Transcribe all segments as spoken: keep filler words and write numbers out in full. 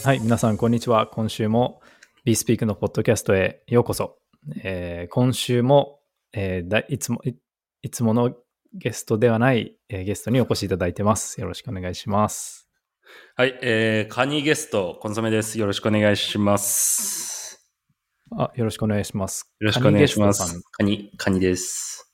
はい、皆さんこんにちは。今週も BeSpeak のポッドキャストへようこそ。えー今週も、えーだいつもい、いつものゲストではない、えーゲストにお越しいただいてます。よろしくお願いします。 はい、えー、カニゲスト、コンソメです。よろしくお願いします。 あ、よろしくお願いします。 よろしくお願いしまカニゲストさん。 す。カニ、カニです。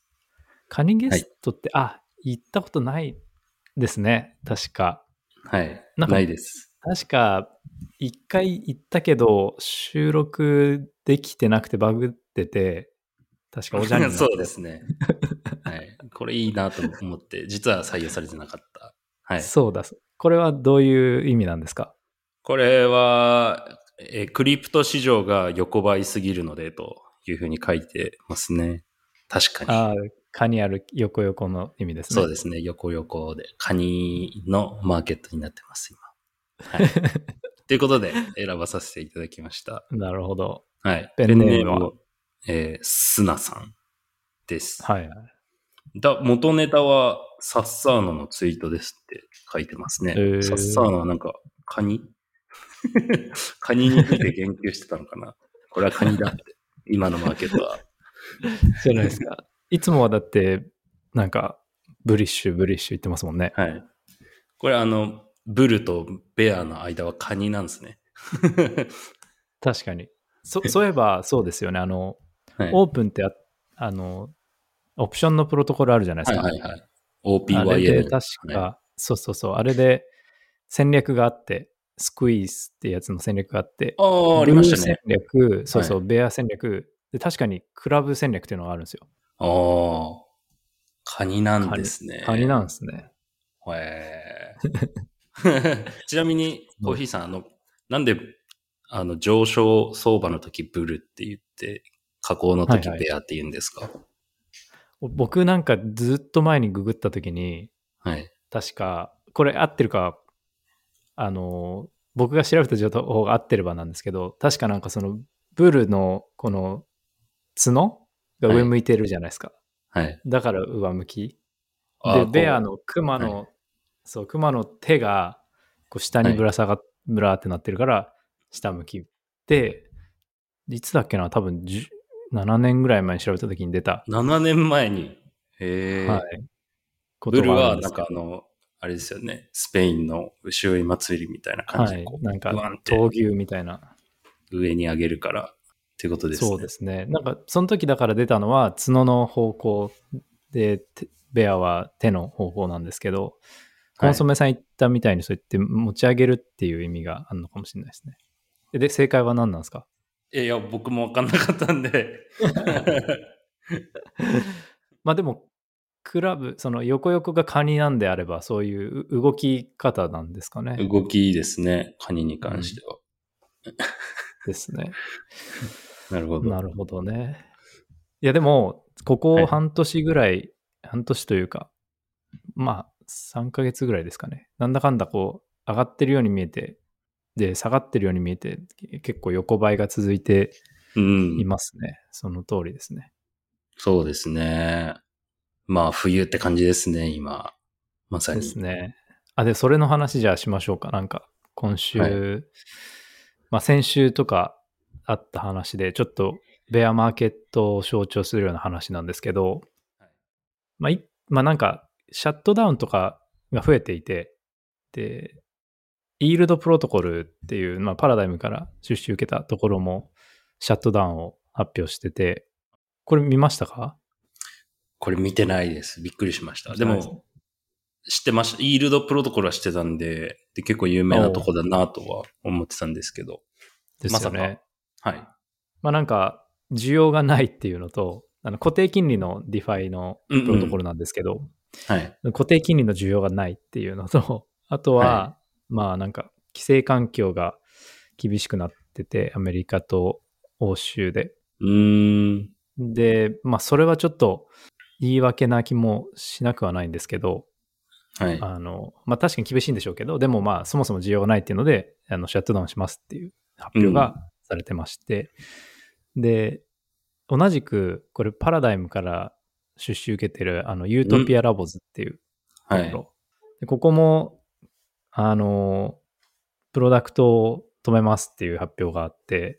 カニゲストって、あ、行ったことないですね。確か。 はい、 なんか、 ないです。 確か、一回行ったけど、収録できてなくてバグってて、確かおじゃんになそって。 うですね。はい。これいいなと思って、実は採用されてなかった。はい。 そうだ。これはどういう意味なんですか？ これは、えークリプト市場が横ばいすぎるので、というふうに書いてますね。確かに。 ああ、カニある横横の意味ですね。 そうですね。横横で、カニのマーケットになってます、今。はい。ということで、選ばさせていただきました。 なるほど。 はい。 ペペンンネームはネームは、えー、スナさんです。 はいはい。 だ、元ネタは、サッサーノのツイートですって書いてますね。 えーサッサーノはなんか、カニカニについて言及してたのかな。これはカニだって。今のマーケットは。 じゃないですか。いつもはだって、なんか、ブリッシュ、ブリッシュ言ってますもんね。 はい。これあの、ブルとベアの間はカニなんですね。 確かに。そそういえば、そうですよね。あの、 はい。 オープンってあ、あの、オプションのプロトコルあるじゃないですはいか。 はいはい。 あれでオーピーワイエル。 確か、 はい。 そうそうそう、あれで戦略があって、スクイーズってやつの戦略があって、 ああ、ありブルー戦ましたね。 略、そうそう、 はい。 ベア戦略、で確かにクラブ戦略っていうのがあるんですよ。 ああ、カニなんでカニ。 すね。 カニなんですね。 へーちなみに、コーヒーさん、あの、なんで、あの、上昇相場の時ブルって言って、下降の時はいはい。 ベアって言うんですか？ 僕なんかずっと前にググった時に、 はい。 確か、これ合ってるか、あの、僕が調べた情報が合ってればなんですけど、確かなんかその、ブルのこの角がはい。 上向いてるじゃないですか。 はい。 だから上向き。で、 ああ、こベアのクマう。はい。 の、そう、クマの手がこう下にぶはい。 ら下がっ、ぶらーってなってるから、下向きで、いつだっけな、多分じゅうななねんぐらい前に調べた時に出た、 ななねんまえに。へえ。 はい、ことがあるんブルは、なんですけど、 かあの、あれですよね。スペインの牛追い祭りみたいな感じで、 はい、 こう、 なんかグワンって闘牛みたいな、 上に上げるから、っていうことですそうね。 ですね。なんかその時だから出たのは角の方向で、てベアは手の方向なんですけど、コはい。 ンソメさん言ったみたいにそうやって持ち上げるっていう意味があるのかもしれないですね。で、正解は何なんですか？ いや、僕もわかんなかったんでまあでも、クラブ、その横横がカニなんであれば、そういう動き方なんですかね。 動きですね。カニにうん。 関しては。 ですね。 なるほど。 なるほどね。いやでも、ここはい。 半年ぐらい、半年というか、まあさんかげつぐらいですかね。なんだかんだこう、上がってるように見えて、で、下がってるように見えて、結構横ばいが続いてういん。 ますね。その通りですね。 そうですね。まあ、冬って感じですね、今。まさでに。 すね。あ、で、それの話じゃあしましょうか。なんか、今はい。 週、まあ先週とかあった話で、ちょっとベアマーケットを象徴するような話なんですけど、まあ、いまあなんか、シャットダウンとかが増えていて、で、イールドプロトコルっていう、まあ、パラダイムから出資受けたところも、シャットダウンを発表してて、これ見ましたか？ これ見てないです。びっくりしました。 見てないですね。 でも、知ってました。イールドプロトコルは知ってたんで、で結構有名なとおうこだなとは思ってたんですけど。まさか。 ですよね。 はい。 まあなんか、需要がないっていうのと、あの固定金利のディファイのうんうん。 プロトコルなんですけど、 はい。 固定金利の需要がないっていうのと、あとはい。 は、まあなんか、規制環境が厳しくなってて、アメリカと欧州で。 うーん。 で、まあそれはちょっと言い訳な気もしなくはないんですけど、 はい。 あの、まあ確かに厳しいんでしょうけど、でもまあそもそも需要がないっていうので、あの、シャットダウンしますっていう発表がうん。 されてまして、で、同じく、これパラダイムから出資受けてる、あの、ユートピアうん。 ラボズっていうとはい。 ころ。でここも、あの、プロダクト止めますっていう発表があって、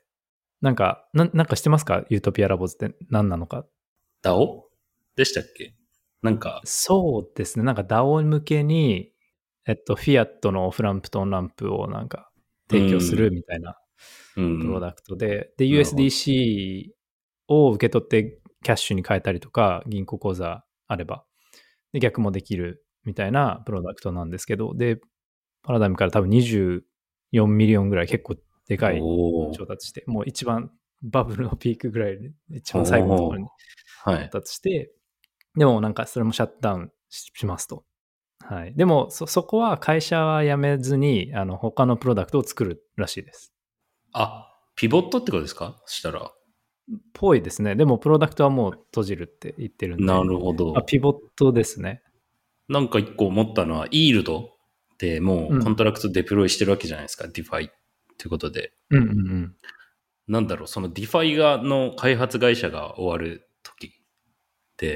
なんか、ななんか知ってますか？ユートピアラボズって何なのか。 ダオ でしたっけ？なんか。 そうですね。なんか ダオ 向けに、えっと、フィアットのオフランプとオンランプをなんか提供するみたいなプロダクトで、で、ユーエスディーシー を受け取ってキャッシュに変えたりとか、銀行口座あれば、で、逆もできるみたいなプロダクトなんですけど、で、パラダイムから多分にじゅうよんミリオンぐらい結構でかい調達して、もう一番バブルのピークぐらい、一番最後のところに到達して、はい、でもなんかそれもシャットダウンしますと。はい。でもそ、そこは会社は辞めずに、あの、他のプロダクトを作るらしいです。 あ、ピボットってことですか？したら。 ぽいですね。でも、プロダクトはもう閉じるって言ってるんで。 なるほど。 あ、ピボットですね。 なんか一個思ったのは、イールドってもうコントラクトデプロイしてるわけじゃないですか、うん、ディファイっていうことで。 うんうんうん。 なんだろう、そのディファイがの開発会社が終わる時って、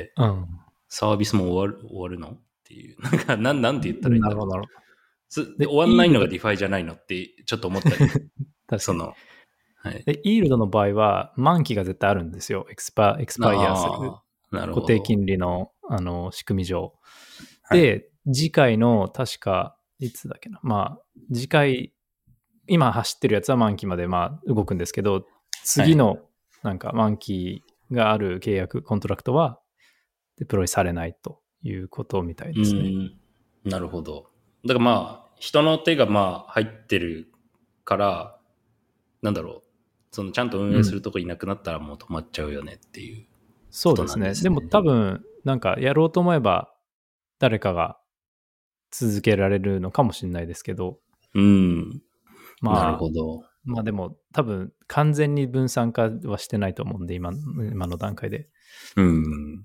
うん、サービスも終わる、終わるのっていう。なんか、なん、なんて言ったらいいんだろう。なるほど。で、終わんないのがディファイじゃないのってちょっと思ったり。確かに。その、 はい。で、イールドの場合は、満期が絶対あるんですよ。エクスパ、エクスパイアする。なるほど。固定金利の、あの、仕組み上。で、はい、次回の、確か、いつだっけな。まあ、次回、今走ってるやつは満期まで、まあ、動くんですけど、次の、なんか、満期がある契約、コントラクトは、デプロイされないということみたいですね。 うん、なるほど。だからまあ、人の手がまあ、入ってるから、なんだろう。そのちゃんと運営するとこいなくなったらもう止まっちゃうよねっていうことなんですね。 そうですね。でも多分、なんかやろうと思えば誰かが続けられるのかもしれないですけど。 うん。 まあ、 なるほど。 まあでも多分完全に分散化はしてないと思うんで、今、今の段階で。 うん。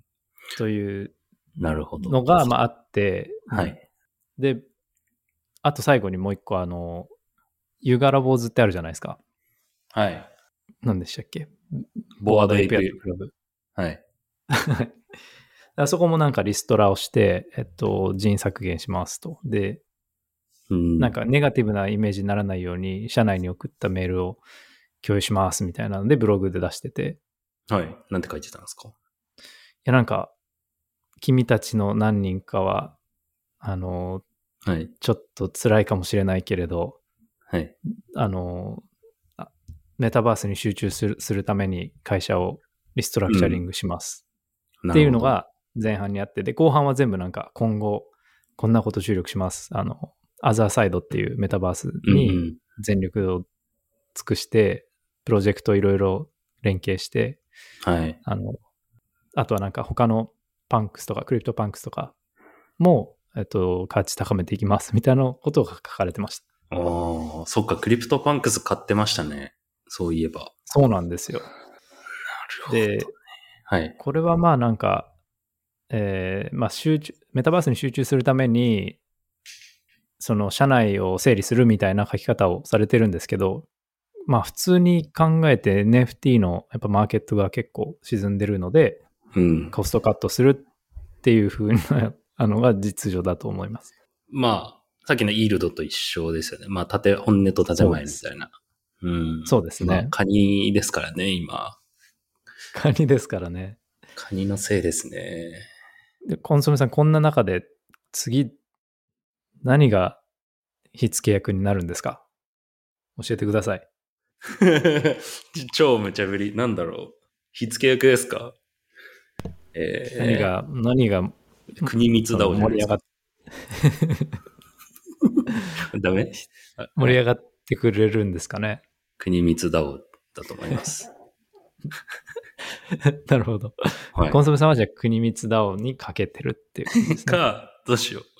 というなるほどのがまああって、 はい。 で、あと最後にもう一個あの、ユガラボーズってあるじゃないですか。 はい。 何でしたっけ？ ボワード エーピーアイクラブ。 はい。 あそこもなんかリストラをして、えっと、人削減しますと。で、うん、なんかネガティブなイメージにならないように、社内に送ったメールを共有しますみたいなので、ブログで出してて。 はい。なんて書いてたんですか？いや、なんか、君たちの何人かは、あの、はい、ちょっと辛いかもしれないけれど、 はい。 あの、メタバースに集中するするために会社をリストラクチャリングします。うん、っていうのが前半にあって、で、後半は全部なんか今後、こんなこと注力します。あの、アザーサイドっていうメタバースに全力を尽くして、プロジェクトいろいろ連携して、 はい。 あの、あとはなんか他のパンクスとかクリプトパンクスとかも、えっと、価値高めていきますみたいなことが書かれてました。 ああ、そっか、クリプトパンクス買ってましたね。そういえば。 そうなんですよ。 なるほど、ね。 で、はい。これはまあなんか、えー、まあ集中、メタバースに集中するために、その社内を整理するみたいな書き方をされてるんですけど、まあ普通に考えて エヌエフティー のやっぱマーケットが結構沈んでるので、うん、コストカットするっていう風なあのが実情だと思います。 まあ、さっきのイールドと一緒ですよね。まあ、縦、本音と建前みたいな。 うん。そうですね。まあ、 カニですからね、今。 カニですからね。 カニのせいですね。 で、コンソメさん、こんな中で次、何が火付け役になるんですか？教えてください。 超無茶ぶり。なんだろう。火付け役ですか？ えー、何が、何が、 国光ダオじゃないですか。ダメ？ 盛り上がってくれるんですかね。 国光ダオだと思います。 なるほど。はい、コンソメさんはじゃあ国光ダオにかけてるっていうことですね。 か、どうしよう。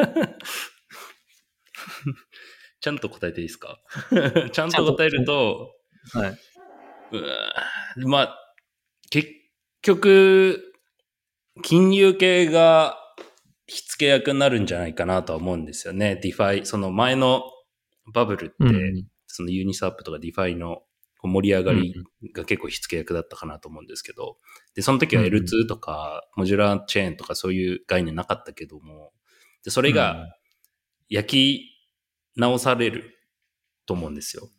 ちゃんと答えていいですか？ちゃんと答えると、はい。うまあ、結局、金融系が火付け役になるんじゃないかなとは思うんですよね。ディファイ、その前のバブルって、うん、そのユニスワップとかディファイの盛り上がりが結構火付け役だったかなと思うんですけど、で、その時は エルツー とか、モジュラーチェーンとかそういう概念なかったけども、で、それが焼き直されると思うんですよ。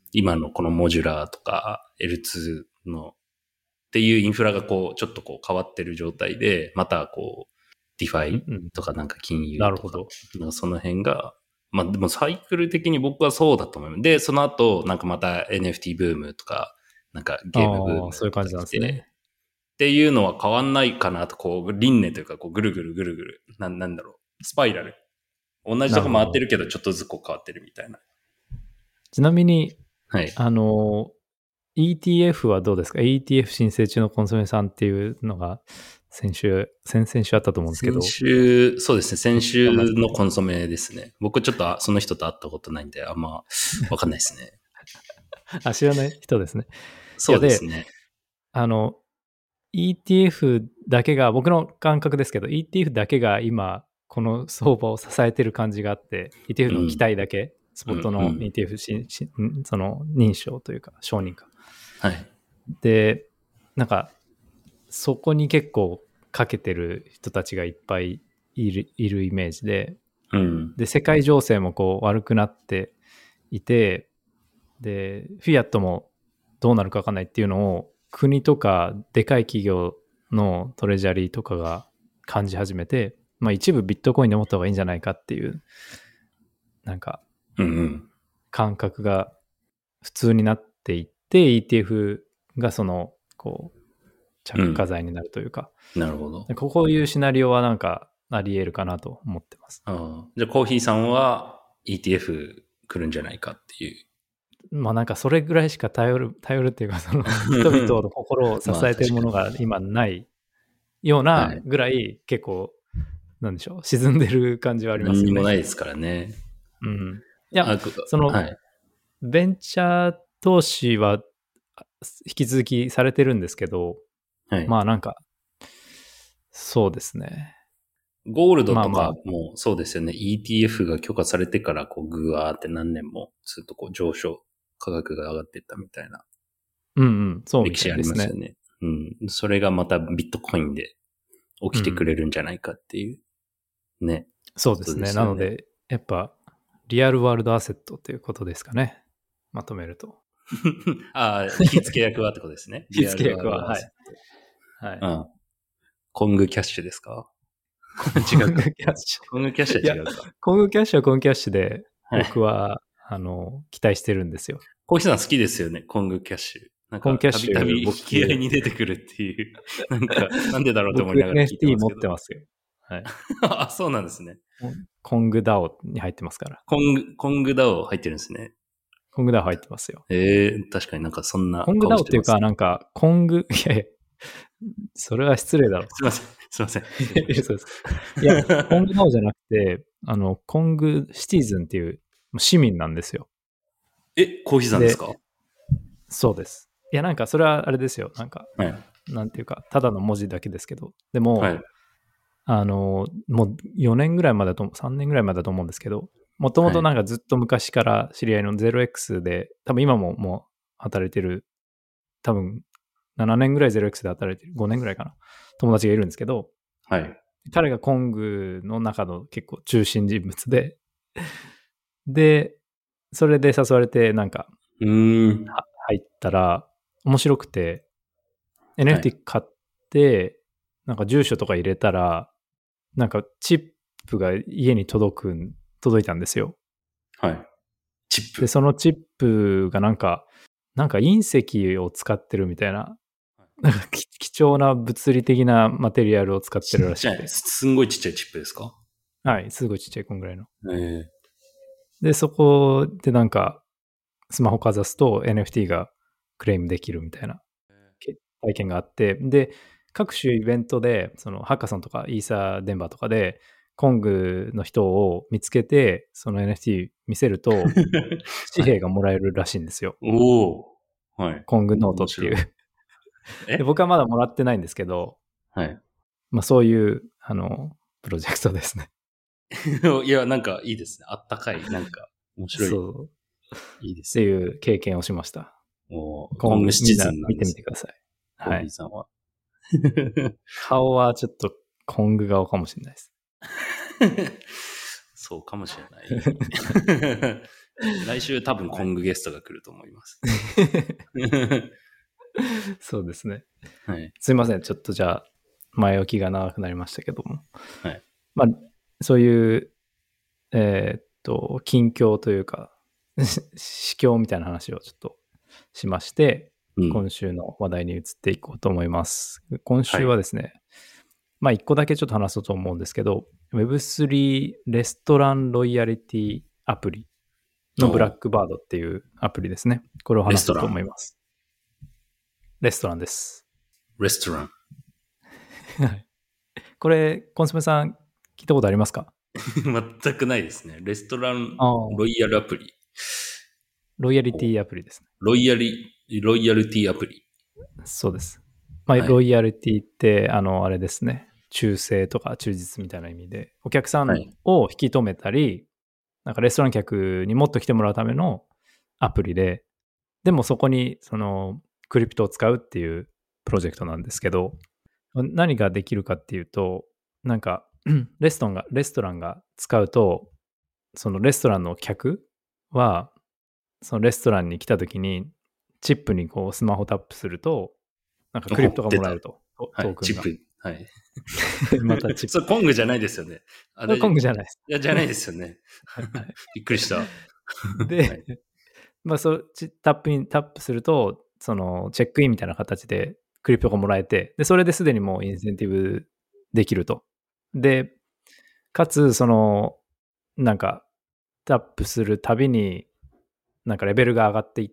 今のこのモジュラーとか エルツー のっていうインフラがこう、ちょっとこう変わってる状態で、またこう、ディファイとかなんか金融とか、 なるほど。 なんかその辺が、まあでもサイクル的に僕はそうだと思います。で、その後、なんかまた エヌエフティー ブームとか、なんかゲームブームとか来て、 そういう感じなんですね。 っていうのは変わんないかなと、こう、輪廻というか、こう、ぐるぐるぐるぐる、な、なんだろう、スパイラル。同じとこ回ってるけど、ちょっとずつこう変わってるみたいな。 ちなみに、 はい。 あの、イーティーエフ はどうですか？ イーティーエフ 申請中のコンソメさんっていうのが先週、先々週あったと思うんですけど。 先週、そうですね。先週のコンソメですね。僕ちょっとその人と会ったことないんで、あんまわかんないですね。 あ、知らない人ですね。 そうですね。 あの、イーティーエフ だけが、僕の感覚ですけど、イーティーエフ だけが今、この相場を支えてる感じがあって、イーティーエフ の期待だけ、うん、スポットの イーティーエフ し、し、その認証というか、承認か。 はい。 で、なんか、そこに結構かけてる人たちがいっぱいいる、いるイメージで、 うん、 で、世界情勢もこう悪くなっていて、で、フィアットもどうなるか分かんないっていうのを、国とかでかい企業のトレジャリーとかが感じ始めて、まあ一部ビットコインで持った方がいいんじゃないかっていう、なんか、感覚が普通になっていって、イーティーエフ がその、こう、着火剤になるというか、 うん、なるほど。 こういうシナリオはなんかあり得るかなと思ってます。 ああ、じゃあコーヒーさんは イーティーエフ 来るんじゃないかっていう。 まあなんかそれぐらいしか頼る、頼るっていうか、その人々の心を支えているものが今ないようなぐらい結構、なんでしょう、沈んでる感じはありますよね。 何にもないですからね。 うん。いや、その、はい、ベンチャー投資は引き続きされてるんですけど、 はい、 まあなんか、そうですね。 ゴールドとかもそうですよね。まあまあ、イーティーエフ が許可されてからこうグワーって何年もずっとこう上昇、価格が上がっていったみたいな。 うんうん、そう歴史ありますよね。うん。それがまたビットコインで起きてくれるんじゃないかっていう、うん、ね。 そうですね。なので、やっぱ、リアルワールドアセットということですかね。まとめると。 ああ、引付役はってことですね。 引付役は、はい。 はい。うん。コングキャッシュですか？ 違うか。コングキャッシュ。 コングキャッシュは違うか。 コングキャッシュはコングキャッシュで、僕は、はい、あの、期待してるんですよ。 コーヒーさん好きですよね、コングキャッシュ。なんか、たびたび引き合いに出てくるっていう。なんか、なんでだろうと思いながら聞いてますけど。 エヌエフティー 持ってますよ。はい。 あ、そうなんですね。 コングダオに入ってますから。 コング、コングダオ入ってるんですね。 コングダオ入ってますよ。 ええー、確かになんかそんなコングダオっていうか、なんか、コング、いやいや、それは失礼だろ。 すいません。すいません。 そうですいや、コングダオじゃなくて、あの、コングシティズンっていう市民なんですよ。 え、コーヒーさんですか？ そうです。いや、なんかそれはあれですよ。なんか、はい、なんていうか、ただの文字だけですけど、でも、はい、あの、もうよねんぐらいまでだと、さんねんぐらいまでだと思うんですけど、もともとなんかずっと昔から知り合いの ゼロエックス で、多分今ももう働いてる、多分ななねんぐらい ゼロエックス で働いてる、ごねんぐらいかな、友達がいるんですけど、 はい、 彼がコングの中の結構中心人物で、で、それで誘われてなんか、 うーん入ったら面白くて、エヌエフティー 買って、はい、なんか住所とか入れたら、なんかチップが家に届く、届いたんですよ。 はい。チップ。 で、そのチップがなんか、なんか隕石を使ってるみたいな、なんか貴重な物理的なマテリアルを使ってるらしくて。 すんごいちっちゃいチップですか？ はい、すごいちっちゃいこんぐらいの。 えー、 で、そこでなんか、スマホかざすと エヌエフティー がクレームできるみたいな体験があって、で、各種イベントで、そのハッカソンとかイーサーデンバーとかで、コングの人を見つけて、その エヌエフティー 見せると、紙幣がもらえるらしいんですよ。 はい、おお、はい。 コングノートっていうで。僕はまだもらってないんですけど、 はい。 まあそういう、あの、プロジェクトですね。 いや、なんかいいですね。あったかい、なんか面白い。 そう。 いいですね。 っていう経験をしました。 おコングシチズンなんです。 見てみてください。 コングさんは。 顔はちょっとコング顔かもしれないです。 そうかもしれない。 来週多分コングゲストが来ると思います。 そうですね。 はい。 すいません。ちょっとじゃあ、前置きが長くなりましたけども。 はい。 まあ、そういう、えー、っと、近況というか、市況みたいな話をちょっとしまして、うん、今週の話題に移っていこうと思います。今週はですね、はい、まあ一個だけちょっと話そうと思うんですけど、ウェブスリー レストランロイヤリティアプリのブラックバードっていうアプリですね。これを話そうと思います。レストランです。 レストラン。 これ、コンソメさん聞いたことありますか？ 全くないですね。レストランロイヤルアプリ。 ロイヤリティアプリですね。 ロイヤリ、ロイヤルティアプリ。 そうです。まあ、はい、ロイヤリティって、あの、あれですね。忠誠とか忠実みたいな意味で、お客さんを引き止めたり、はい、なんかレストラン客にもっと来てもらうためのアプリで、でもそこにそのクリプトを使うっていうプロジェクトなんですけど、何ができるかっていうと、なんかレストランが、レストランが使うと、そのレストランの客は、そのレストランに来た時に、チップにこうスマホタップすると、なんかクリプトがもらえると。 トークンが。はい、チップ。はい。 またチップ。 それコングじゃないですよね。 あれコングじゃないです。 いや、じゃないですよね。びっくりした。 で、はい、まあそう、タップイン、タップすると、そのチェックインみたいな形でクリプトがもらえて、で、それですでにもうインセンティブできると。で、かつ、その、なんか、タップするたびに、なんかレベルが上がっていって、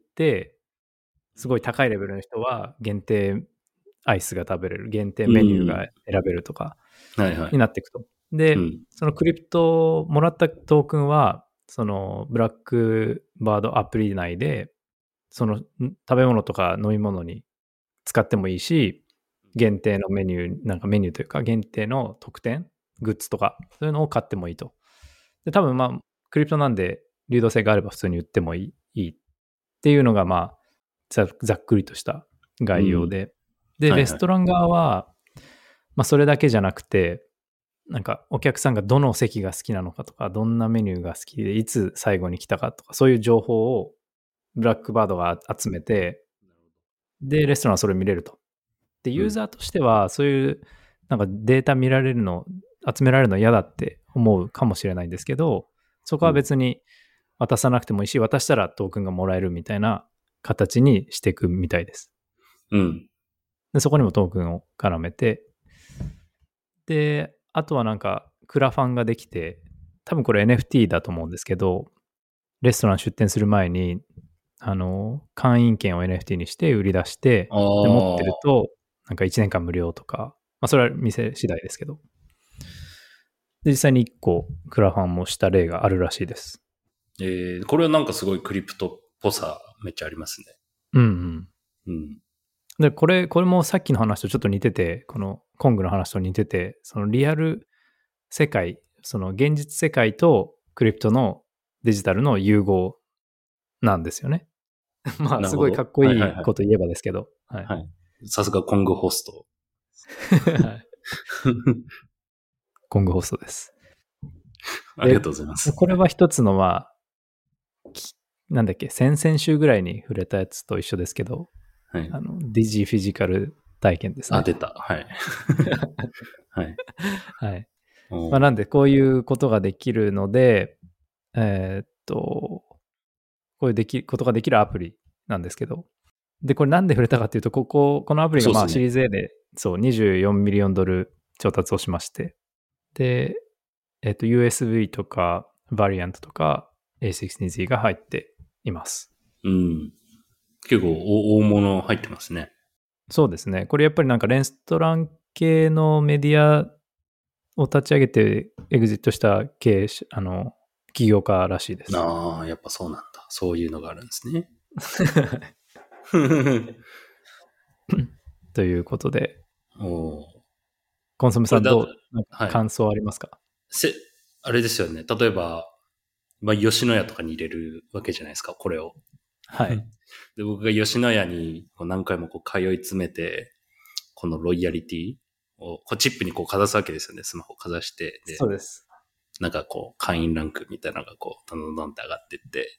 すごい高いレベルの人は限定アイスが食べれる、限定メニューが選べるとかになっていくと。で、うん、そのクリプトをもらったトークンは、そのブラックバードアプリ内で、その食べ物とか飲み物に使ってもいいし、限定のメニュー、なんかメニューというか限定の特典、グッズとか、そういうのを買ってもいいと。で、多分まあ、クリプトなんで流動性があれば普通に売ってもいい、いいっていうのがまあ、ざ, ざっくりとした概要で。うん、で、はいはい、レストラン側は、まあそれだけじゃなくて、なんかお客さんがどの席が好きなのかとか、どんなメニューが好きで、いつ最後に来たかとか、そういう情報をブラックバードが集めて、で、レストランはそれ見れると。で、ユーザーとしては、そういうなんかデータ見られるの、集められるの嫌だって思うかもしれないんですけど、そこは別に渡さなくてもいいし、渡したらトークンがもらえるみたいな形にしていくみたいです。 うん。 で、そこにもトークンを絡めて、で、あとはなんかクラファンができて、多分これ エヌエフティー だと思うんですけど、レストラン出店する前に、あの、会員権を エヌエフティー にして売り出して、で持ってると、なんかいちねんかん無料とか、まあそれは店次第ですけど。で、実際にいっこクラファンもした例があるらしいです。 えー、これはなんかすごいクリプトっぽさめっちゃありますね。 うんうん。うん。で、これ、これもさっきの話とちょっと似てて、このコングの話と似てて、そのリアル世界、その現実世界とクリプトのデジタルの融合なんですよね。まあ、すごいかっこいいこと言えばですけど。 はいはいはい。さすがコングホスト。はい、 コングホストです。 ありがとうございます。 これは一つの、まあ、なんだっけ、先々週ぐらいに触れたやつと一緒ですけど、はい、あのディジフィジカル体験ですね。 あ、出た。はい。はい。 はい。まあ、なんで、こういうことができるので、えー、っと、こういうできことができるアプリなんですけど、で、これなんで触れたかっていうと、ここ、このアプリがまあシリーズ A で、そう、にじゅうよんミリオンドル調達をしまして、で、えっと、ユーエスビー とか、バリアントとか、エーシックスティーゼット が入っています。 うん。結構大物入ってますね。 そうですね。これやっぱりなんかレストラン系のメディアを立ち上げてエグジットした経営者、あの、起業家らしいです。 ああ、やっぱそうなんだ。そういうのがあるんですね。 ということで。コンソメさんどう、感想ありますか？ せ、あれですよね。例えば、まあ、吉野家とかに入れるわけじゃないですか、これを。 はい。 で、僕が吉野家にこう何回もこう通い詰めて、このロイヤリティを、こうチップにこうかざすわけですよね、スマホかざして。 でそうです。 なんかこう、会員ランクみたいなのがこう、どんどんどんって上がっていって。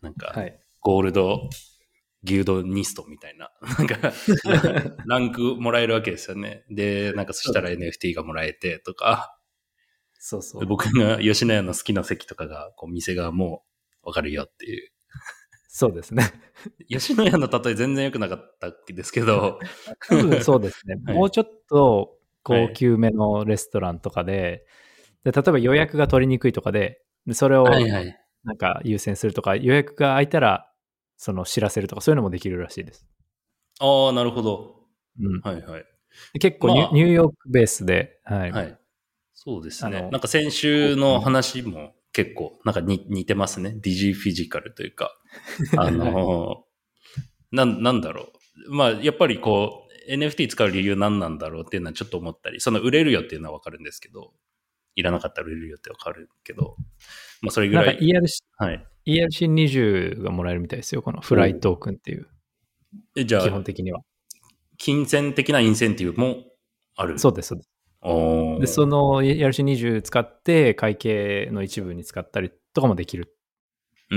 なんか、ゴールド、牛丼ニストみたいな、なんか、ランクもらえるわけですよね。で、なんかそしたら エヌエフティー がもらえてとか、 そうそう。 僕が吉野家の好きな席とかが、こう、店側もわかるよっていう。 そうですね。 吉野家の例え全然良くなかったですけど。 多分そうですね。 はい、 もうちょっと高級めのレストランとかで、で例えば予約が取りにくいとかで、でそれをなんか優先するとか、はいはい、予約が空いたらその知らせるとか、そういうのもできるらしいです。 ああ、なるほど。 うん。 はいはい。 結構ニュ、まあ、ニューヨークベースで、はい。 はい。そうですね。なんか先週の話も結構なんかに似てますね。ディジフィジカルというか。あの、な、なんだろう。まあ、やっぱりこう、エヌエフティー 使う理由何なんだろうっていうのはちょっと思ったり、その売れるよっていうのはわかるんですけど、いらなかったら売れるよってわかるけど、まあそれぐらい。 なんか イーアールシー、 はい。 イーアールシーにじゅう がもらえるみたいですよ。このフライトークンっていう。 え、じゃあ、 基本的には。 金銭的なインセンティブもある。 そうです、そうです。で、その イーアールシーにじゅう 使って会計の一部に使ったりとかもできる。 うん、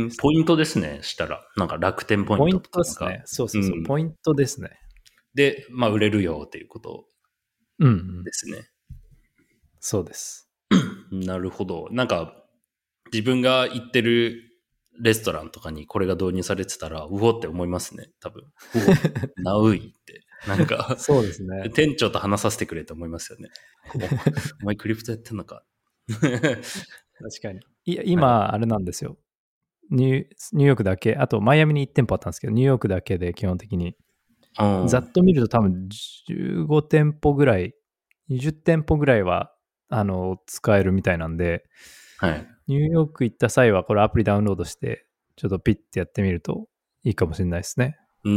ポイントですね、したら。なんか楽天ポイントとか。 ポイントですね。そうそうそう、うん、ポイントですね。 で、まあ売れるよっていうことですね。 うんうん、そうです。 なるほど。なんか、自分が行ってるレストランとかにこれが導入されてたら、うおって思いますね、多分。うお、ナウイって。なんか、 そうですね。 店長と話させてくれと思いますよね。お前クリプトやってんのか。 確かに。いや、今、はい、あれなんですよ。ニューヨークだけ、あとマイアミにいち店舗あったんですけど、ニューヨークだけで基本的に、ざっと見ると多分じゅうご店舗ぐらい、にじゅ店舗ぐらいはあの使えるみたいなんで、 はい、 ニューヨーク行った際はこれアプリダウンロードしてちょっとピッてやってみるといいかもしれないですね。 うん、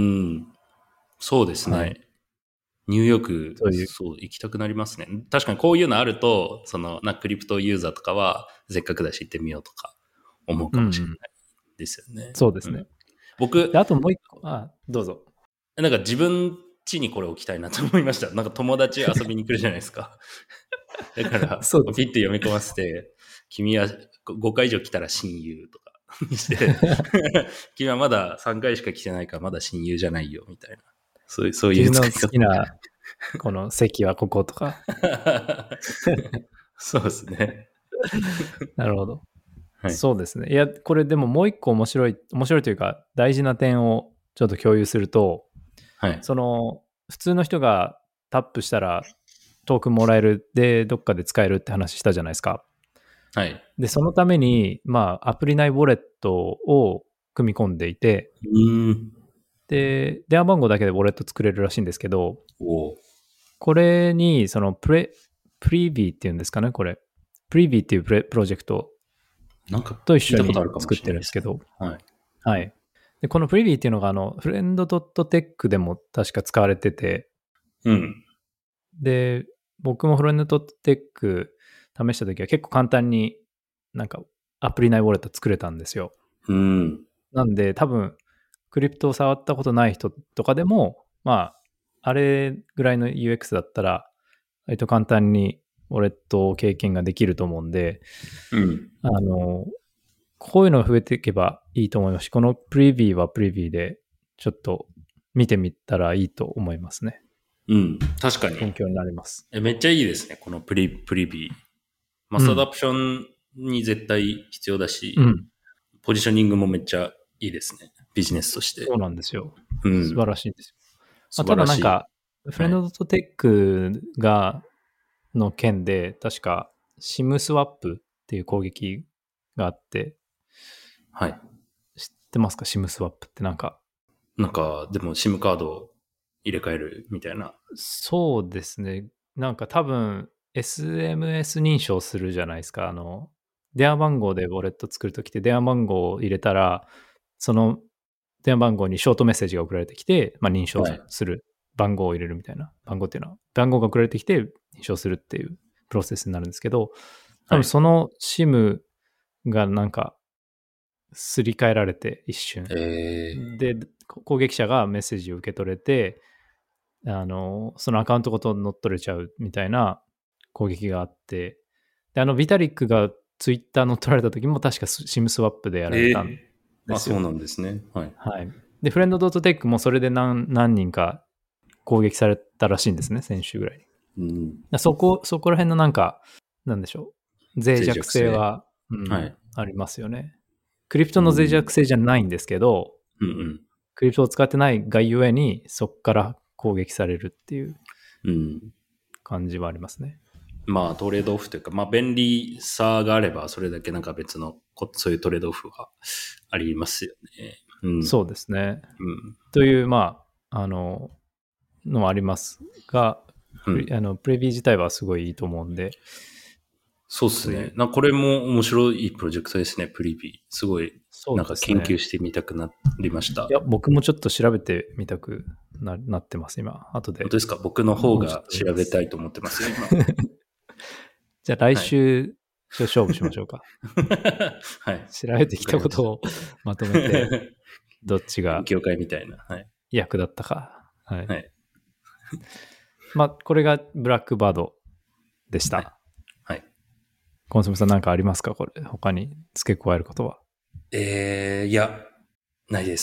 そうですね。はい、ニューヨーク、 そういうそう、行きたくなりますね。確かにこういうのあると、その、な、クリプトユーザーとかは、せっかくだし行ってみようとか思うかもしれないですよね。うんうん、 そうですね。うん、 僕、 あともう一個、あ、どうぞ。 なんか自分家にこれ置きたいなと思いました。なんか友達遊びに来るじゃないですか。だから、ピッて読み込ませて、君はごかい以上来たら親友とかにして、君はまださんかいしか来てないからまだ親友じゃないよみたいな。そういう、そういう使い方。好きな、この席はこことか。 そうですね。 なるほど。はい、そうですね。いや、これでももう一個面白い、面白いというか大事な点をちょっと共有すると、 はい、 その普通の人がタップしたらトークンもらえるでどっかで使えるって話したじゃないですか。 はい。 で、そのために、まあ、アプリ内ウォレットを組み込んでいて、 うんで、電話番号だけでウォレット作れるらしいんですけど、 おこれに、そのプレ、プリビーっていうんですかね、これ。プリビーっていうプレプロジェクトなんかと一緒に作ってるんですけど、 はい。 はい。で、このプリビーっていうのが、あの、フレンド .tech でも確か使われてて、 うん。 で、僕もフレンド .tech 試したときは結構簡単になんかアプリ内ウォレット作れたんですよ。 うん。 なんで多分、クリプトを触ったことない人とかでも、まあ、あれぐらいの ユーエックス だったら、割と簡単にウォレット経験ができると思うんで、 うん、 あの、こういうのが増えていけばいいと思いますし、このプリビーはプリビーでちょっと見てみたらいいと思いますね。 うん、確かに。 勉強になります。 えめっちゃいいですね、このプリ、プリビー。マスアダプションに絶対必要だし、うん、ポジショニングもめっちゃいいですね。ビジネスとして。 そうなんですよ。 うん、 素晴らしいですよ。まあ、ただなんか、フレンド .tech が、の件で、確か SIM スワップっていう攻撃があって、 はい。 知ってますか ?SIM スワップってなんか。 なんか、でも SIM カードを入れ替えるみたいな。 そうですね。なんか多分 エスエムエス 認証するじゃないですか。あの、電話番号でウォレット作るときって電話番号を入れたら、その電話番号にショートメッセージが送られてきて、まあ、認証する、はい、番号を入れるみたいな。番号っていうのは、番号が送られてきて認証するっていうプロセスになるんですけど、多分その SIM がなんかすり替えられて一瞬。 えー、 で、攻撃者がメッセージを受け取れて、あの、そのアカウントごと乗っ取れちゃうみたいな攻撃があって、で、あの、ビタリックがツイッター乗っ取られた時も確か SIM スワップでやられたんあ、そうなんですね。はい。 はい。で、フレンドドットテックもそれで 何, 何人か攻撃されたらしいんですね、先週ぐらいに。うん、そこ、そこら辺のなんか、なんでしょう。脆弱性は、うん、はい、ありますよね。クリプトの脆弱性じゃないんですけど、 うんうん、 クリプトを使ってないがゆえに、そこから攻撃されるっていう感じはありますね。 うん、まあトレードオフというか、まあ便利さがあれば、それだけなんか別の、そういうトレードオフはありますよね。うん、 そうですね。 うん、 という、まあ、あの、のはありますが、うん、あのプレビー自体はすごいいいと思うんで。 そうですね。なこれも面白いプロジェクトですね、プリビー。すごい、なんか研究してみたくなりました。 いや、僕もちょっと調べてみたく な, なってます、今。後で。 本当ですか？僕の方が調べたいと思ってますよ、今。 じゃあ来週、はい、勝負しましょうか。 はい。 調べてきたことをまとめて、どっちが勉強会みたいな。はい。 役立ったか。はい。 はい、 まあ、これがブラックバードでした。 はい。はい、 コンソメさん何かありますか？これ、他に付け加えることは。 えー、いや、ないです。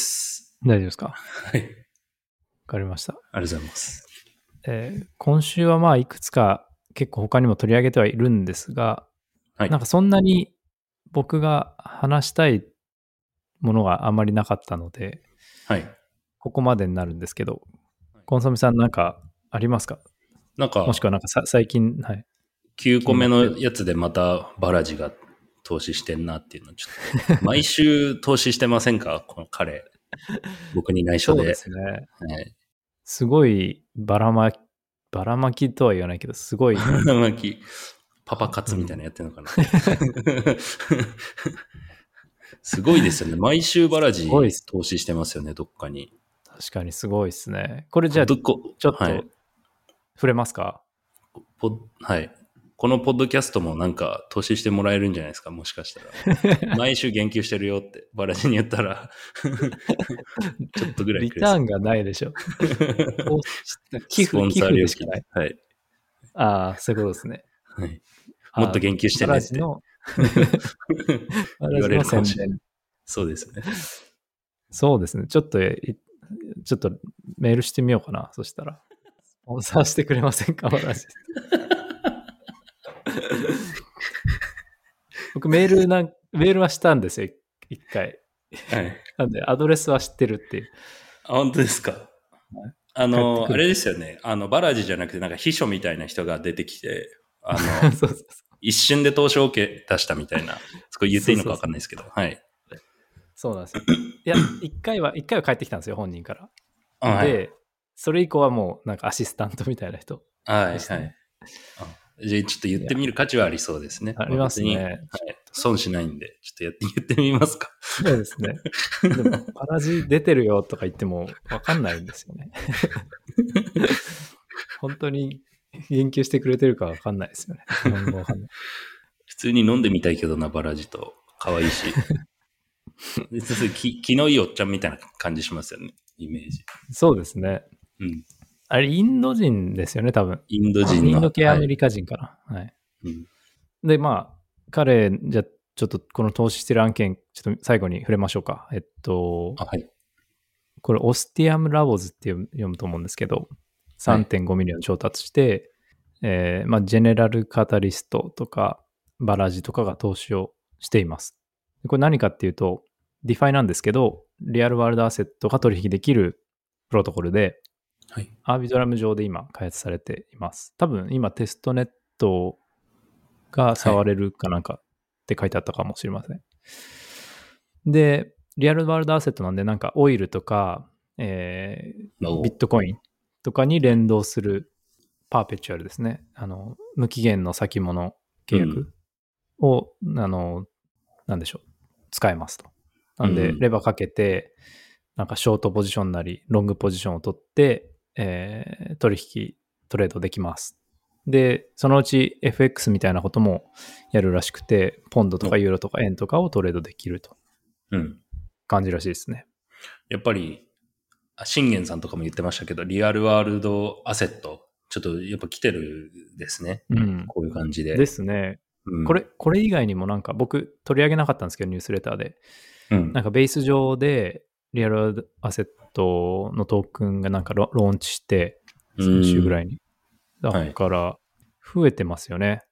大丈夫ですか？ はい。わかりました。 ありがとうございます。 えー、今週はまあ、いくつか結構他にも取り上げてはいるんですが、はい、なんかそんなに僕が話したいものがあまりなかったので、 はい。 ここまでになるんですけど、コンソメさんなんかありますか？ なんか、 もしくはなんかさ最近、はい。 きゅうこめのやつでまたバラジが投資してんなっていうのをちょっと、毎週投資してませんか？この彼。僕に内緒で。 そうですね。 はい、 すごいばらまき、ばらまきとは言わないけど、すごい。 ばらまき。パパ活みたいなのやってるのかな、うん、すごいですよね。毎週バラジ投資してますよね、どっかに。 確かにすごいですね。これじゃあ、ちょっと触れますか？ はい。このポッドキャストもなんか投資してもらえるんじゃないですか、もしかしたら。毎週言及してるよってバラジに言ったらちょっとぐらいリターンがないでしょ。寄付、寄付でしかない。 はい。 ああ、そういうことですね。 はい。もっと言及してねって。言われるかもしれない。そうですね。 そうですね。ちょっと、ちょっとメールしてみようかな。そしたら。スポンサーしてくれませんか？バラジ。僕メールな、メールはしたんですよ。一回。 はい。 なんで、アドレスは知ってるっていう。 あ、本当ですか。はい、あの、あれですよね。あの、バラジじゃなくて、なんか秘書みたいな人が出てきて、あの、そうそうそう、一瞬で投資 OK 出したみたいな、そこ言っていいのか分かんないですけど、そうそうそう、はい。 そうなんですよ。いや、一回は、一回は帰ってきたんですよ、本人から。 あ、 で、 はい、 それ以降はもう、なんかアシスタントみたいな人、ね。 はい、はい。じゃあ、ちょっと言ってみる価値はありそうですね。 ありますね。 はい、損しないんで、ちょっとやって、言ってみますか。 そうですね。でも、パラジ出てるよとか言っても分かんないんですよね。本当に言及してくれてるか分かんないですよね。日本語分かんない。 普通に飲んでみたいけどな、バラジと。可愛いし。気, 気のいいおっちゃんみたいな感じしますよね、イメージ。 そうですね。 うん。 あれ、インド人ですよね、多分。 インド人の。 インド系アメリカ人かな。はい。はい、うん、で、まあ、彼、じゃちょっとこの投資してる案件、ちょっと最後に触れましょうか。えっと、 あ、はい。 これ、オスティアムラボズって読むと思うんですけど、さんてんごミリオン調達して、はい、えー、まあ、ジェネラルカタリストとか、バラジとかが投資をしています。これ何かっていうと、ディファイなんですけど、リアルワールドアセットが取引できるプロトコルで、はい、アービトラム上で今開発されています。多分今テストネットが触れるかなんかって書いてあったかもしれません。はい、で、リアルワールドアセットなんでなんかオイルとか、えー、ビットコインとかに連動するパーペチュアルですね。あの、無期限の先物契約を、うん、あの、なんでしょう、使えますと。なんで、レバーかけて、なんかショートポジションなり、ロングポジションを取って、えー、取引、トレードできます。で、そのうち エフエックス みたいなこともやるらしくて、ポンドとかユーロとか円とかをトレードできると。うん。感じらしいですね。 やっぱり、信玄さんとかも言ってましたけど、リアルワールドアセット、ちょっとやっぱ来てるですね。うん。こういう感じで。 ですね。うん、これ、これ以外にもなんか僕取り上げなかったんですけど、ニュースレターで。 うん、 なんかベース上でリアルアセットのトークンがなんかロローンチして、先週ぐらいに。だから、増えてますよね。はい、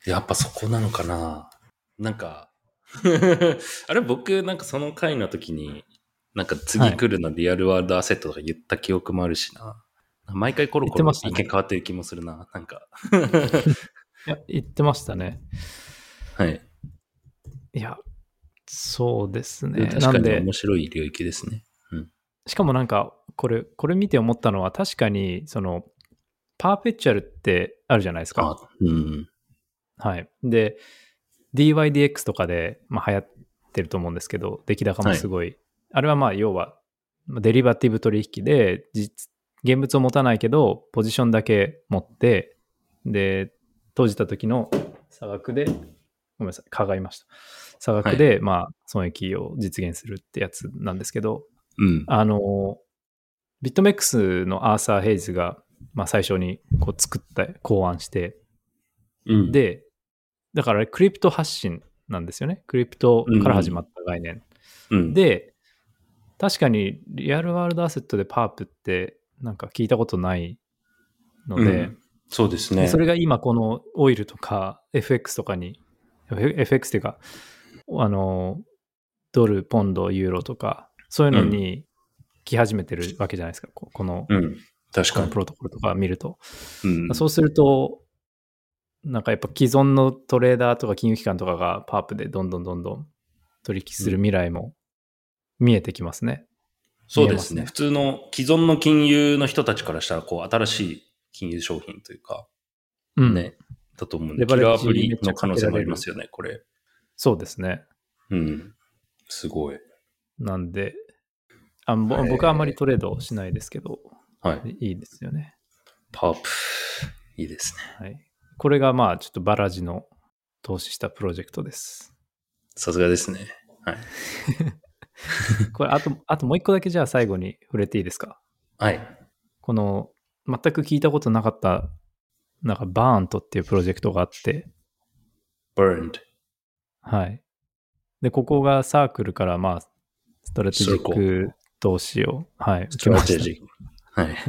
やっぱそこなのかな。なんか、あれ僕なんかその回の時に、なんか次来るのリアルワールドアセットとか言った記憶もあるしな。毎回コロコロ意見変わってる気もするな。なんか。 いや、言ってましたね。 はい。 いや、そうですね。 確かに面白い領域ですね。うん、 しかもなんか、これ、これ見て思ったのは、確かに、その、パーペチュアルってあるじゃないですか。 あ、うん。 はい。で、ディーワイディーエックス とかで、まあ、流行ってると思うんですけど、出来高もすごい。はい、あれはまあ、要は、デリバティブ取引で、実、現物を持たないけど、ポジションだけ持って、で、閉じた時の差額で、ごめんなさい、かがいました。差額で、はい、まあ、損益を実現するってやつなんですけど、 うん、 あの、ビットメックスのアーサー・ヘイズが、まあ、最初にこう作った、考案して、 うん、 で、だからクリプト発信なんですよね。クリプトから始まった概念。 うん、 で、確かにリアルワールドアセットでパープってなんか聞いたことないので、うん、 そうですね。 でそれが今このオイルとか エフエックス とかに、エフエックス っていうか、あの、ドル、ポンド、ユーロとか、そういうのに来始めてるわけじゃないですか。この、 うん、確かに。 このプロトコルとか見ると。 うん、 そうすると、なんかやっぱ既存のトレーダーとか金融機関とかがパープでどんどんどんどん取引する未来も見えてきますね。 うん、そうですね。普通の既存の金融の人たちからしたら、こう、新しい金融商品というか、うん、ね、だと思うんで、キラーアプリの可能性もありますよね、これ。 そうですね。 うん。すごい。 なんで、あ僕はあんまりトレードしないですけど、はい、いいですよね。 パープ、いいですね。 はい。これがまあ、ちょっとバラジの投資したプロジェクトです。 さすがですね。はい。 これ、あと、あともう一個だけじゃあ最後に触れていいですか？ はい。 この、全く聞いたことなかった、なんか、バーントっていうプロジェクトがあって。 burned。 はい。で、ここがサークルから、まあ、ストラテジック投資を、はい、受けました。はい。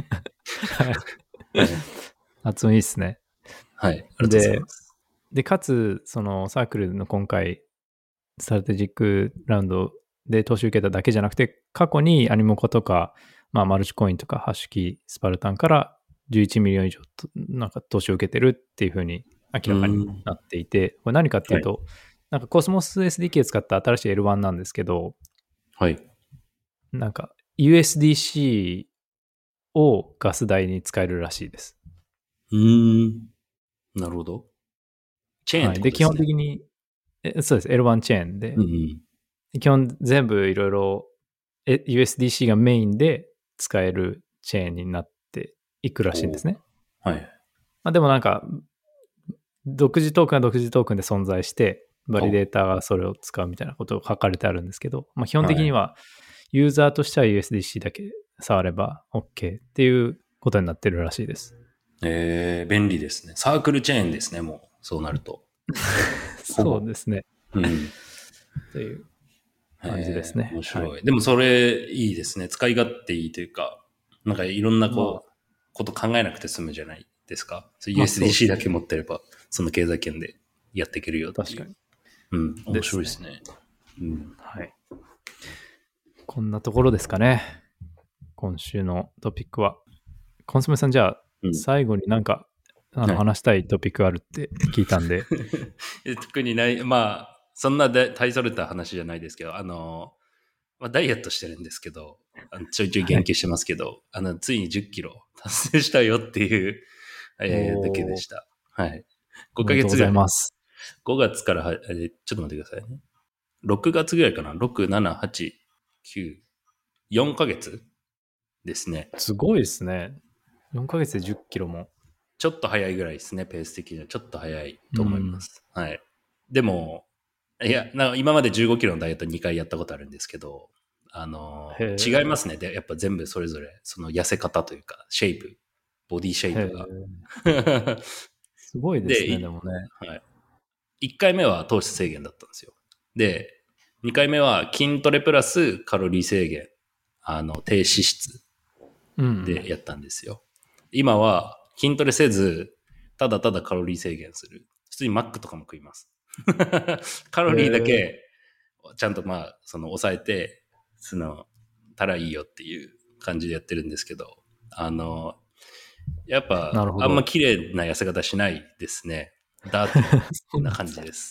発音いいっすね。 はい。ありがとうございます。 で、でかつ、そのサークルの今回、ストラテジックラウンドで投資受けただけじゃなくて、過去にアニモコとか、まあ、マルチコインとか、ハッシュキー、スパルタンからじゅういちミリオン以上なんか投資を受けてるっていうふうに明らかになっていて、これ何かっていうと、はい、なんかコスモス エスディーケー を使った新しい エルワン なんですけど、 はい。 なんか ユーエスディーシー をガス代に使えるらしいです。 うーん。なるほど。チェーンってことですね。はい、で、 基本的に、えそうです、エルワン チェーンで。 うんうん、 基本全部いろいろ ユーエスディーシー がメインで使えるチェーンになっていくらしいんですね。 はい。 まあ、でもなんか、独自トークンは独自トークンで存在して、バリデーターがそれを使うみたいなことが書かれてあるんですけど、まあ、基本的にはユーザーとしては ユーエスディーシー だけ触れば OK っていうことになってるらしいです。 えー、便利ですね。サークルチェーンですね、もう。そうなると。 そうですね。 うん。 という感じですね。 面白い、はい。でもそれいいですね。使い勝手いいというか、なんかいろんなこう、まあ、こと考えなくて済むじゃないですか。ユーエスディーシー だけ持ってれば、その経済圏でやっていけるよっていう。 確かに。 うん、面白いですね。 うん、はい。こんなところですかね。今週のトピックは。コンソメさん、じゃあ、うん、最後になんか、あの、話したいトピックあるって聞いたんで。 はい、特にない、まあ、そんな大それた話じゃないですけど、あの、まあ、ダイエットしてるんですけど、あのちょいちょい言及してますけど、はい、あの、ついにじゅっキロ達成したよっていう、えー、だけでした。はい。ごかげつぐらい。ありがとうございます。ごがつからは、ちょっと待ってくださいね。ろくがつぐらいかな ?ろく、なな、はち、きゅう、よんかげつですね。 すごいですね。よんかげつでじゅっキロも。 ちょっと早いぐらいですね、ペース的には。ちょっと早いと思います。うん、はい。でも、いや、なんか今までじゅうごキロのダイエットにかいやったことあるんですけど、あの、違いますね。で、やっぱ全部それぞれ、その痩せ方というか、シェイプ、ボディシェイプが。 すごいですね、で, でもね。 はい。いっかいめは糖質制限だったんですよ。で、 にかいめは筋トレプラスカロリー制限、あの、低脂質でやったんですよ。うん、今は筋トレせず、ただただカロリー制限する。普通にマックとかも食います。カロリーだけ、ちゃんとまあ、その抑えて、その、たらいいよっていう感じでやってるんですけど、あの、やっぱ、あんま綺麗な痩せ方しないですね。ダーティーな感じです。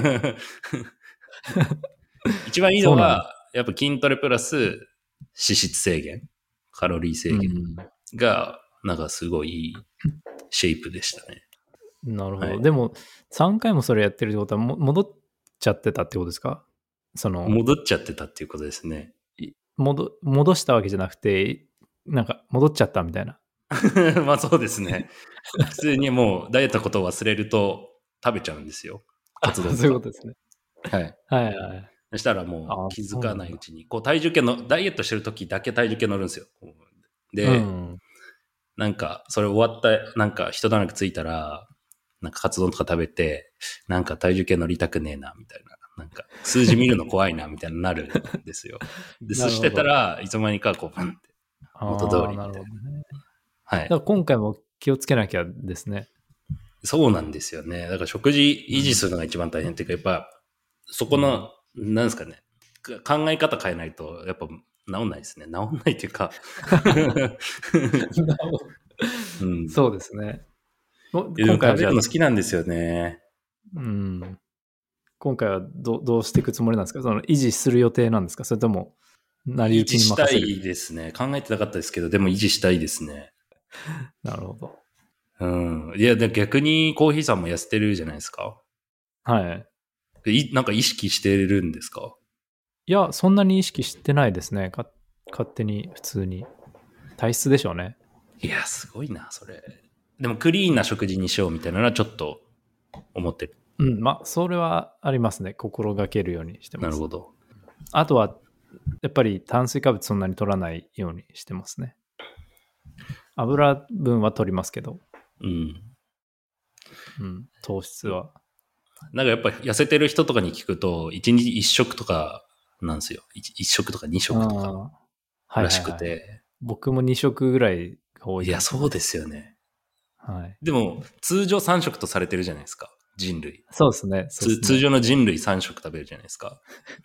一番いいのは、やっぱ筋トレプラス脂質制限、カロリー制限が、なんかすごいいいシェイプでしたね。 なるほど。はい、でも、さんかいもそれやってるってことは、も戻っちゃってたってことですか？その戻っちゃってたっていうことですね。 戻、戻したわけじゃなくて、なんか戻っちゃったみたいな。 まあそうですね。普通にもうダイエットのことを忘れると食べちゃうんですよ。カツ丼とか。 そういうことですね。 はい。 はいはい。 そしたらもう気づかないうちに、こう体重計の、ダイエットしてる時だけ体重計乗るんですよ。で、うん、なんかそれ終わった、なんか一段落ついたら、なんかカツ丼とか食べて、なんか体重計乗りたくねえな、みたいな。なんか数字見るの怖いな、みたいになるんですよ。で、そしてたらいつの間にかこう、パンって、元通りみたいな。なるほどね。はい。だから今回も気をつけなきゃですね。 そうなんですよね。だから食事維持するのが一番大変っていうか、やっぱ、そこの、うん、なんですかね。考え方変えないと、やっぱ治んないですね。治んないっていうか。 うん、そうですね。 今回は食べるの好きなんですよね。 うん。今回はどどうしていくつもりなんですか？その維持する予定なんですか？それとも成り行きに任せる？維持したいですね。考えてなかったですけど、でも維持したいですね。 なるほど。 うん。いや、で逆にコーヒーさんも痩せてるじゃないですか。 はい。 いなんか意識してるんですか？ いや、そんなに意識してないですね。か勝手に普通に。体質でしょうね。 いや、すごいな、それ。でもクリーンな食事にしようみたいなのはちょっと思ってる。 うん、まあ、それはありますね。心がけるようにしてます。 なるほど。 あとは、やっぱり炭水化物そんなに取らないようにしてますね。油分は取りますけど。 うん。 うん、糖質は。 なんかやっぱ痩せてる人とかに聞くと、いちにちいっ食とかなんですよ。いち食とかに食とからしくて。はいはいはい、 僕もに食ぐらいが多い。 いや、そうですよね。 はい。 でも、通常さん食とされてるじゃないですか。人類。 そうですね。そうですね。 通常の人類さん食食べるじゃないですか。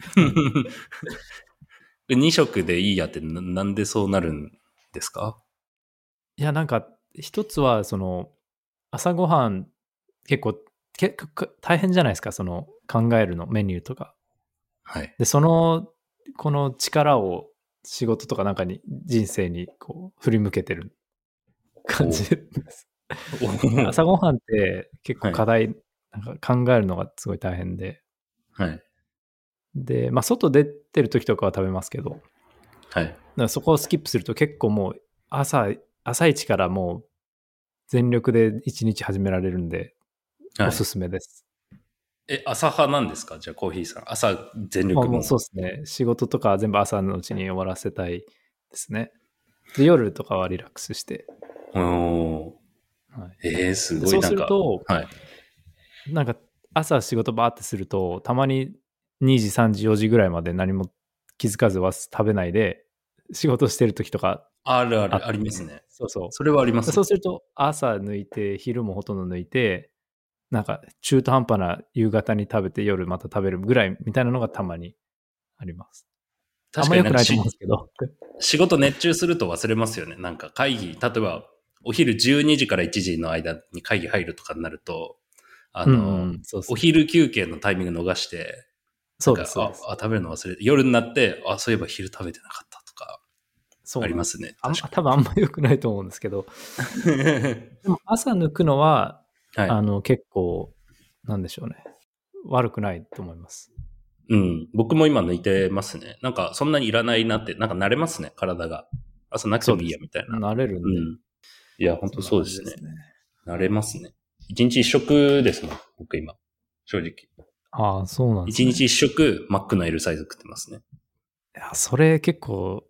でに食でいいやってな、なんでそうなるんですか？ いや、なんか、一つは、その、朝ごはん、結構、結構大変じゃないですか、その、考えるの、メニューとか。 はい。 で、その、この力を仕事とかなんかに、人生にこう、振り向けてる感じです。朝ごはんって結構課題、はい、なんか考えるのがすごい大変で。 はい。 で、まあ、外出てる時とかは食べますけど。 はい。 だからそこをスキップすると結構もう、朝、朝一からもう、全力で一日始められるんで、おすすめです。 はい、え、朝派なんですか？じゃあコーヒーさん。朝全力も。 まあ、もうそうですね。仕事とか全部朝のうちに終わらせたいですね。で、夜とかはリラックスして。 おー。はい、えー、すごい。 そうすると、 はい、 なんか朝仕事バーってすると、たまににじ、さんじ、よじぐらいまで何も気づかずは食べないで、仕事してる時とかあるある、ありますね。 そうそう。 それはあります、ね。 そうすると、朝抜いて、昼もほとんど抜いて、なんか中途半端な夕方に食べて夜また食べるぐらいみたいなのがたまにあります。 確かにあんま良くないと思うんですけど。 仕事熱中すると忘れますよね。なんか会議、例えばお昼じゅうにじからいちじの間に会議入るとかになると、あの、うんうん、そうそう、お昼休憩のタイミング逃して、 そうです。 ああ、食べるの忘れて、夜になって、あ、そういえば昼食べてなかったとか、ありますね。 あ多分あんま良くないと思うんですけど。でも朝抜くのは、はい、あの、結構、なんでしょうね。悪くないと思います。 うん。僕も今抜いてますね。なんか、そんなにいらないなって、なんか慣れますね、体が。朝なくてもいいや、みたいな。 慣れるんで。うん。 いや、本当そうですね。ですね慣れますね。一日一食ですもん、僕今。正直。 ああ、そうなんですね。 一日一食、マックの L サイズ食ってますね。 いや、それ結構、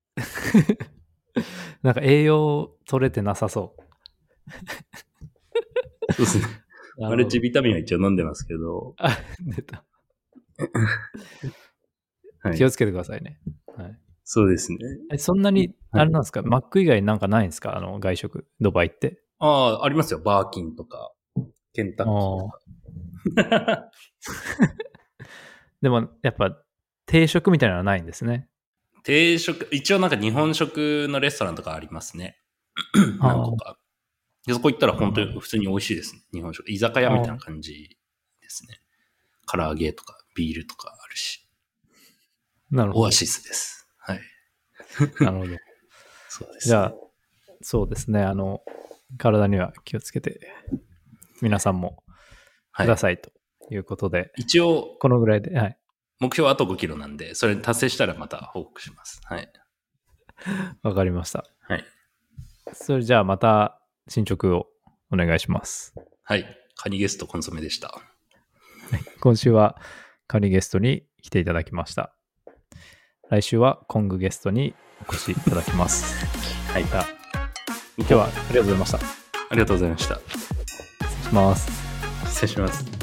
なんか栄養取れてなさそう。 そうですね。マルチビタミンは一応飲んでますけど。 あ、出た。 はい、気をつけてくださいね。はい、 そうですね。 え、そんなに、あれなんですか、はい、マック以外なんかないんですか、あの、外食、ドバイって。 ああ、ありますよ。バーキンとか、ケンタッキーとか。 でも、やっぱ、定食みたいなのはないんですね。 定食、一応なんか日本食のレストランとかありますね。何個か。そこ行ったら本当に普通に美味しいですね。日本食。居酒屋みたいな感じですね。唐揚げとかビールとかあるし。 なるほど。 オアシスです。はい。 なるほど。 そうです、ね。 じゃあ、そうですね。あの、体には気をつけて、皆さんもくださいということで。はい、 一応、 このぐらいで、はい。 目標はあとごキロなんで、それ達成したらまた報告します。はい。 わかりました。 はい。 それじゃあまた進捗をお願いします。 はい。カニゲストコンソメでした。 今週はカニゲストに来ていただきました。来週はコングゲストにお越しいただきます。 はい。 今日はありがとうございました。 ありがとうございました。 失礼します。 失礼します。